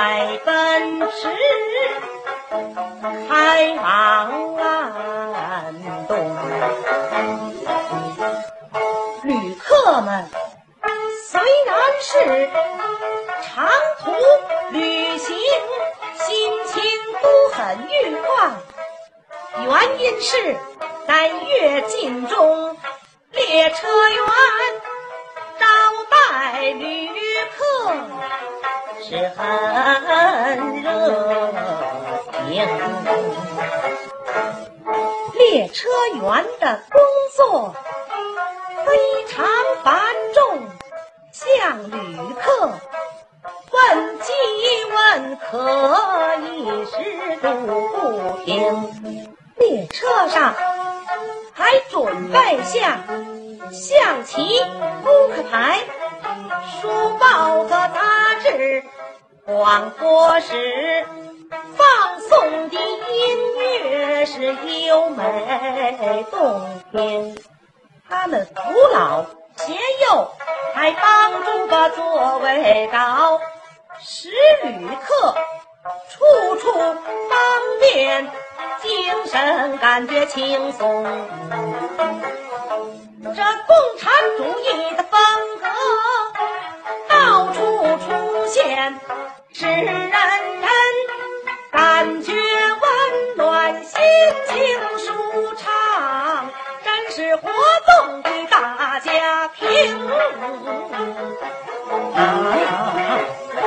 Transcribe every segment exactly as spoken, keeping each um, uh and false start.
快奔驰，开往安东。旅客们虽然是长途旅行，心情都很愉快，原因是在越境中，列车员招待旅客是很热情。列车员的工作非常繁重，向旅客问饥问渴，一时都不停。列车上还准备下象棋、扑克牌、书报和杂志，广播时放送的音乐是优美动听。他们扶老携幼，还帮助个座位高，使旅客处处方便，精神感觉轻松。这共产主义的风格到处出现，使人人感觉温暖，心情舒畅，真是活动的大家庭啊。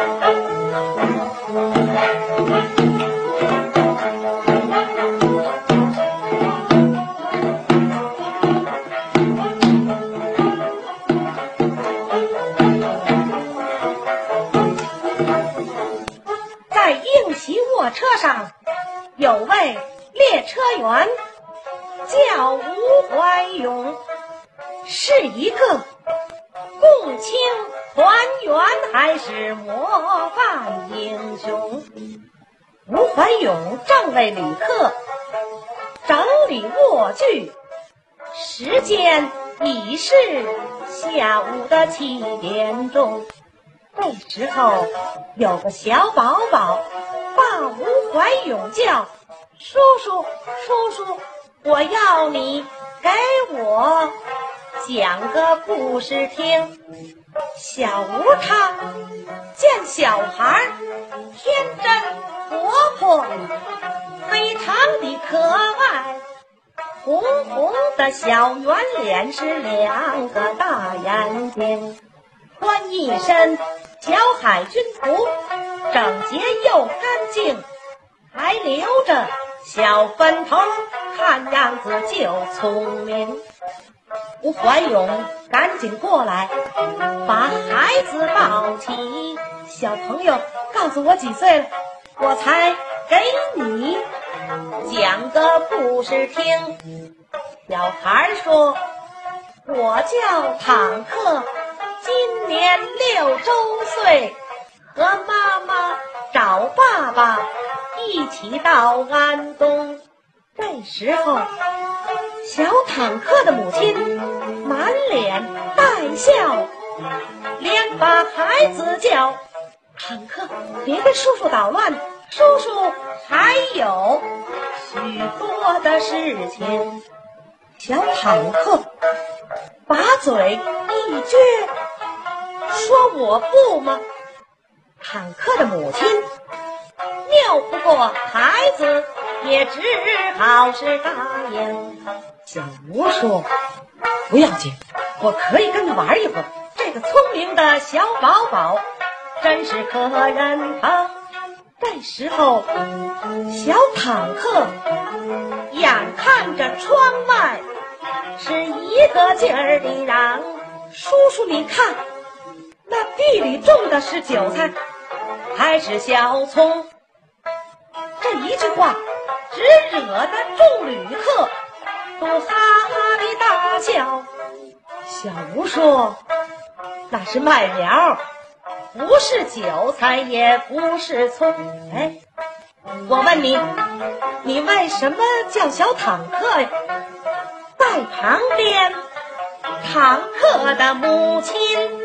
在应急卧车上，有位列车员叫吴怀勇，是一个共青团员还是模范英雄。吴怀勇正为旅客整理卧具，时间已是下午的七点钟。这时候有个小宝宝把吴怀勇叫：叔叔叔叔，我要你给我讲个故事听。小吴他见小孩天真活泼，非常的可爱，红红的小圆脸是两个大眼睛，穿一身小海军服，整洁又干净，还留着小分头，看样子就聪明。吴怀勇赶紧过来把孩子抱起，小朋友告诉我几岁了，我才给你讲个故事听。小孩说：我叫坦克，今年六周岁，和妈妈找爸爸一起到安东。这时候小坦克的母亲满脸带笑，连把孩子叫：坦克别跟叔叔捣乱，叔叔还有许多的事情。小坦克把嘴一撅，说我不吗？坦克的母亲拗不过孩子，也只好是答应。小吴说：不要紧，我可以跟他玩一会儿，这个聪明的小宝宝真是可人疼。这时候小坦克眼看着窗外，是一个劲儿的嚷：叔叔你看，那地里种的是韭菜还是小葱？这一句话只惹得众旅客都哈哈的大笑。小吴说：那是麦苗，不是韭菜，也不是葱。哎，我问你，你为什么叫小坦克呀？在旁边，坦克的母亲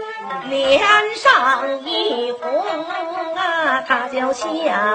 脸上一红啊，他就笑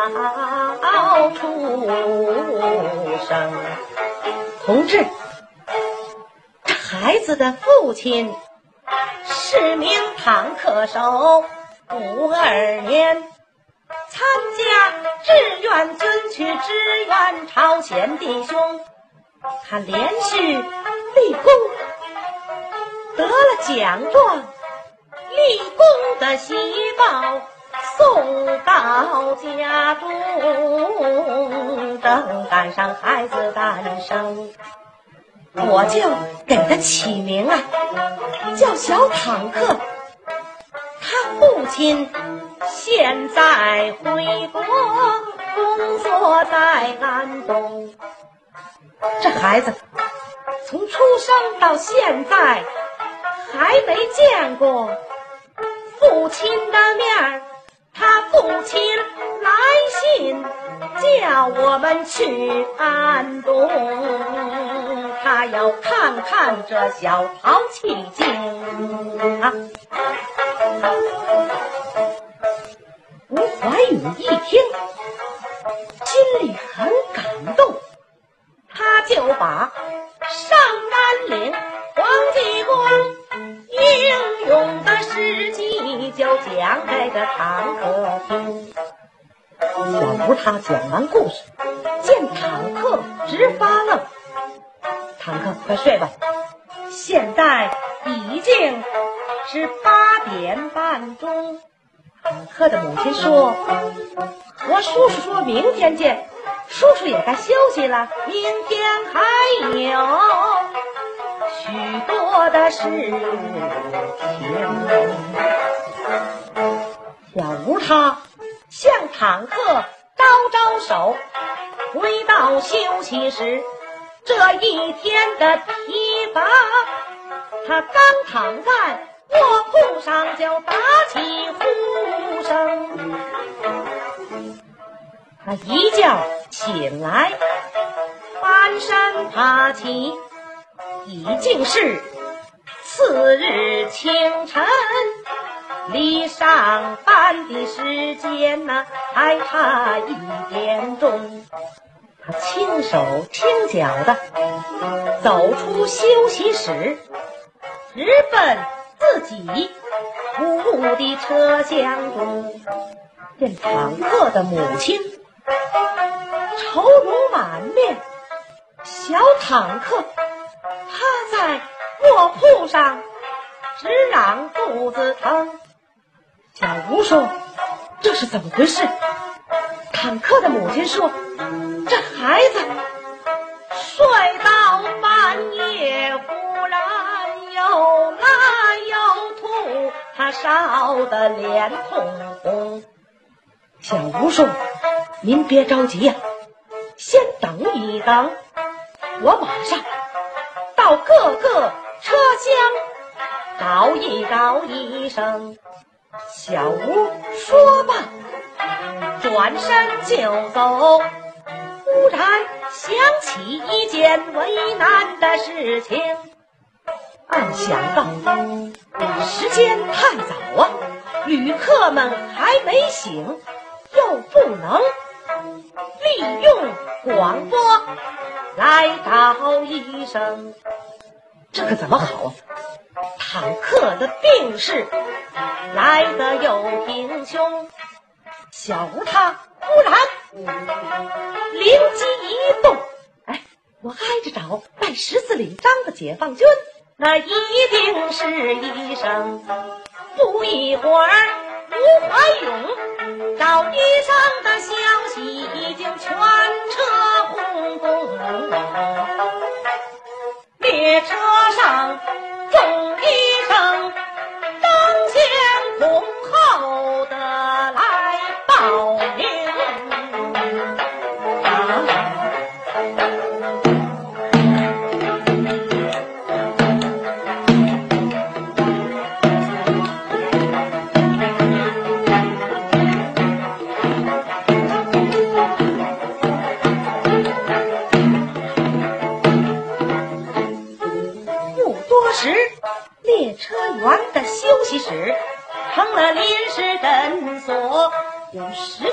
出声。同志，这孩子的父亲是名坦克手，五二年参加志愿军去支援朝鲜弟兄，他连续立功，得了奖状，立功的喜报送到家中，正赶上孩子诞生，我就给他起名啊，叫小坦克。他父亲现在回国，工作在安东。这孩子从出生到现在还没见过父亲的面，他父亲来信叫我们去安东，他要看看这小淘气精啊。吴怀勇一听，心里很感动，他就把上甘岭黄继光英勇的事迹就讲给这坦克听。小吴他讲完故事，见坦克直发愣。坦克，快睡吧，现在已经是八点半钟。坦克的母亲说，和叔叔说明天见，叔叔也该休息了，明天还有许多的事情。小吴他向坦克招招手，回到休息室。这一天的疲乏，他刚躺在卧铺上就打起呼声。他一觉醒来，翻身爬起，已经是次日清晨，离上班的时间呢、啊、还差一点钟。他轻手轻脚的走出休息室，直奔自己服务的车厢中。见坦克的母亲愁容满面，小坦克趴在卧铺上直嚷肚子疼。小吴说，这是怎么回事？坦克的母亲说，这孩子睡到半夜，忽然又拉又吐，他烧得脸通红。小吴说，您别着急呀、啊，先等一等，我马上到各个车厢找一找医生。小吴说罢，转身就走，忽然想起一件为难的事情。暗想到，时间太早啊，旅客们还没醒，又不能利用广播来找医生，这可怎么好啊？坦克的病势来得又平凶。小吴他忽然灵机一动，哎，我挨着找带十字领章的解放军，那一定是医生。不一会儿，吴怀勇找医生的消息已经全车轰动，列车上众医生争先恐后的来报名。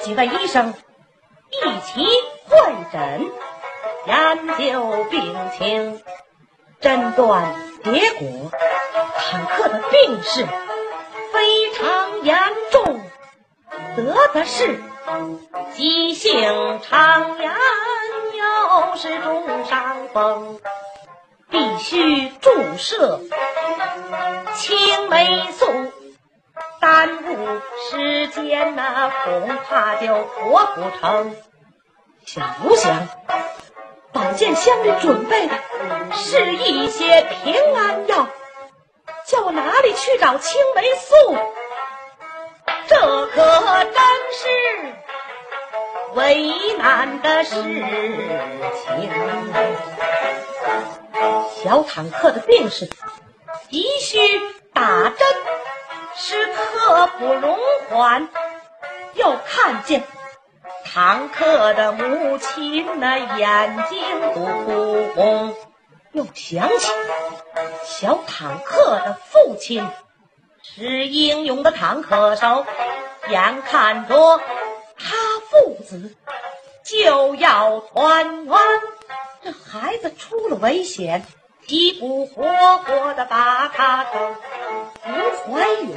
几位医生一起会诊，研究病情，诊断结果，坦克的病势非常严重，得的是急性肠炎，又是重伤风，必须注射青霉素，耽误时间呐、啊，恐怕就活不成。想不想保健箱里准备的是一些平安药，叫我哪里去找青霉素？这可真是为难的事情。小坦克的病势急需打针，是刻不容缓。又看见坦克的母亲那眼睛都哭红，又想起小坦克的父亲是英勇的坦克手，眼看着他父子就要团圆，这孩子出了危险，急不活活的把他给吴怀勇。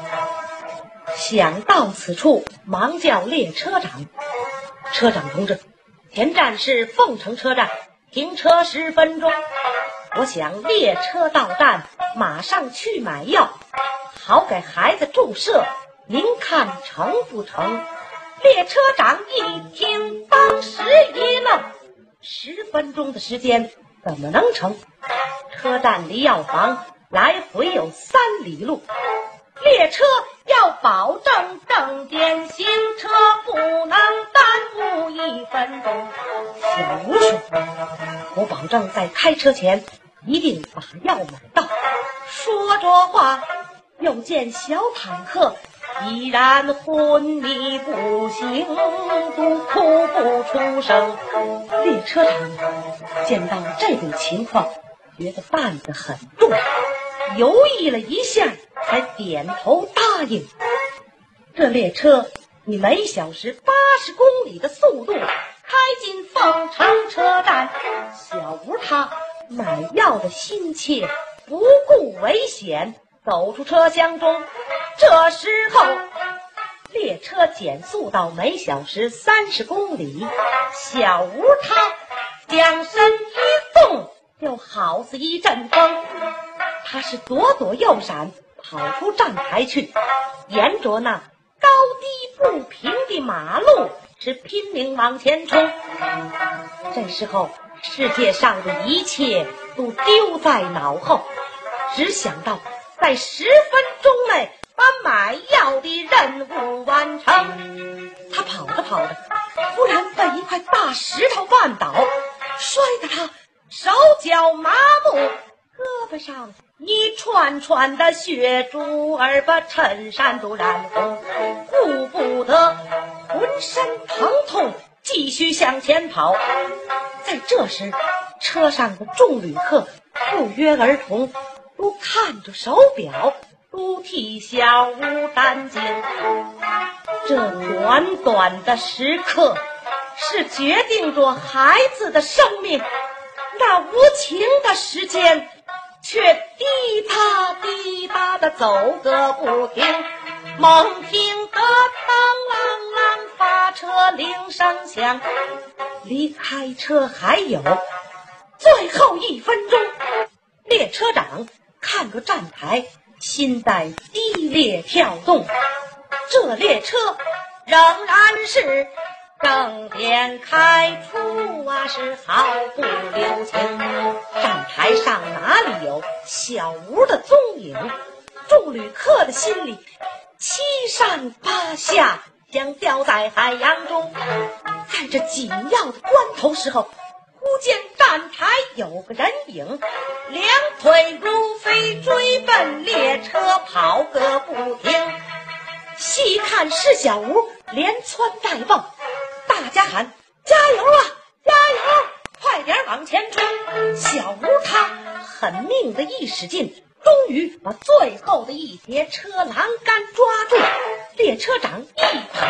想到此处，忙叫列车长：车长同志，前站是凤城车站，停车十分钟。我想列车到站，马上去买药，好给孩子注射，您看成不成？列车长一听，当时一愣，十分钟的时间怎么能成？车站离药房来回有三里路，列车要保证正点行车，不能耽误一分钟。小吴说：我保证在开车前一定把药买到。说着话，又见小坦克依然昏迷不醒，都哭不出声。列车长见到这种情况，觉得担子很重，犹豫了一下，才点头答应。这列车以每小时八十公里的速度开进凤城车站，小吴他买药的心切，不顾危险走出车厢中。这时候列车减速到每小时三十公里，小吴他将身一动，就好似一阵风，他是左躲右闪，跑出站台去，沿着那高低不平的马路是拼命往前冲。这时候世界上的一切都丢在脑后，只想到在十分钟内把买药的任务完成。他跑着跑着，忽然被一块大石头绊倒，摔得他手脚麻木，胳膊上一串串的血珠儿把衬衫都染红，顾不得浑身疼痛，继续向前跑。在这时，车上的众旅客不约而同都看着手表，都替小吴担惊。这短短的时刻是决定着孩子的生命，那无情的时间却滴答滴答的走个不停。猛听得当啷啷发车铃声响，离开车还有最后一分钟。列车长看着站台，心在激烈跳动。这列车仍然是正点开出啊，是毫不留情。站台上哪里有小吴的踪影？众旅客的心里七上八下，像掉在海洋中。在这紧要的关头时候，忽见站台有个人影，两腿如飞，追奔列车跑个不停。细看是小吴，连蹿带蹦，大家喊加油啊加油，快点往前冲。小吴他狠命的一使劲，终于把最后的一节车栏杆抓住，列车长一把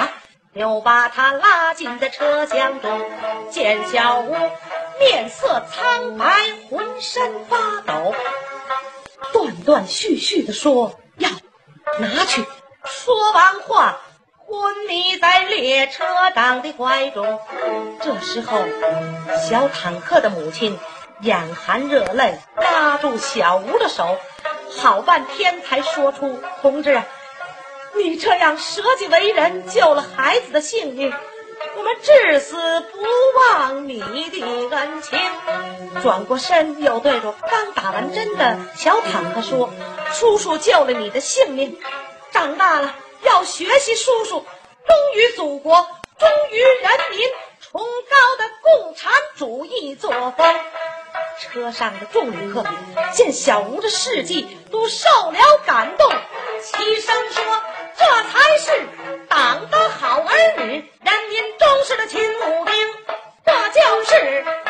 又把他拉进的车厢中，见小吴面色苍白，浑身发抖，断断续续地说要拿去。说完话，昏迷在列车长的怀中。这时候，小坦克的母亲眼含热泪，拉住小吴的手，好半天才说出：“同志，你这样舍己为人，救了孩子的性命，我们至死不忘你的恩情。”转过身，又对着刚打完针的小坦克说：“叔叔救了你的性命，长大了要学习叔叔，忠于祖国，忠于人民，崇高的共产主义作风。”车上的众旅客见小吴的事迹，都受了感动，齐声说：“这才是党的好儿女，人民忠实的亲母兵，这就是